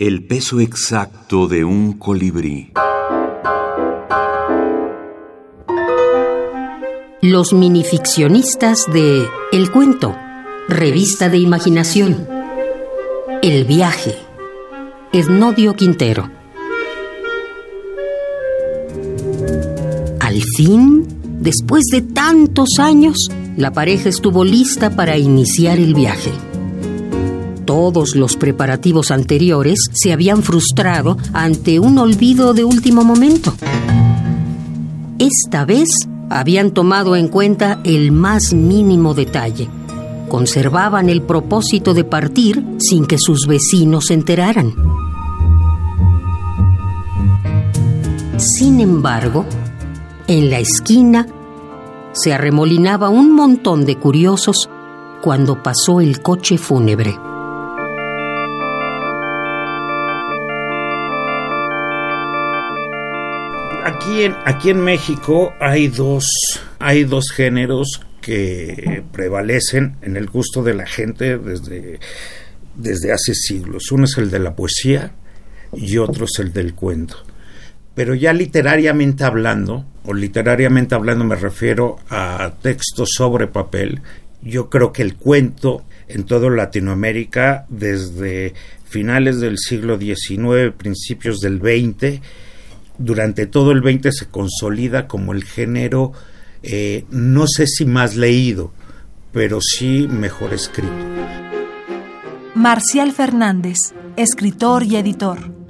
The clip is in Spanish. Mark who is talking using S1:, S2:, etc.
S1: El peso exacto de un colibrí.
S2: Los minificcionistas de El Cuento, revista de imaginación. El viaje. Ednodio Quintero. Al fin, después de tantos años, la pareja estuvo lista para iniciar el viaje. Todos los preparativos anteriores se habían frustrado ante un olvido de último momento. Esta vez habían tomado en cuenta el más mínimo detalle. Conservaban el propósito de partir sin que sus vecinos se enteraran. Sin embargo, en la esquina se arremolinaba un montón de curiosos cuando pasó el coche fúnebre.
S3: Aquí en México hay dos géneros que prevalecen en el gusto de la gente desde hace siglos. Uno es el de la poesía y otro es el del cuento. Pero ya literariamente hablando me refiero a textos sobre papel, yo creo que el cuento en toda Latinoamérica, desde finales del siglo XIX, principios del XX, durante todo el XX se consolida como el género, no sé si más leído, pero sí mejor escrito.
S4: Marcial Fernández, escritor y editor.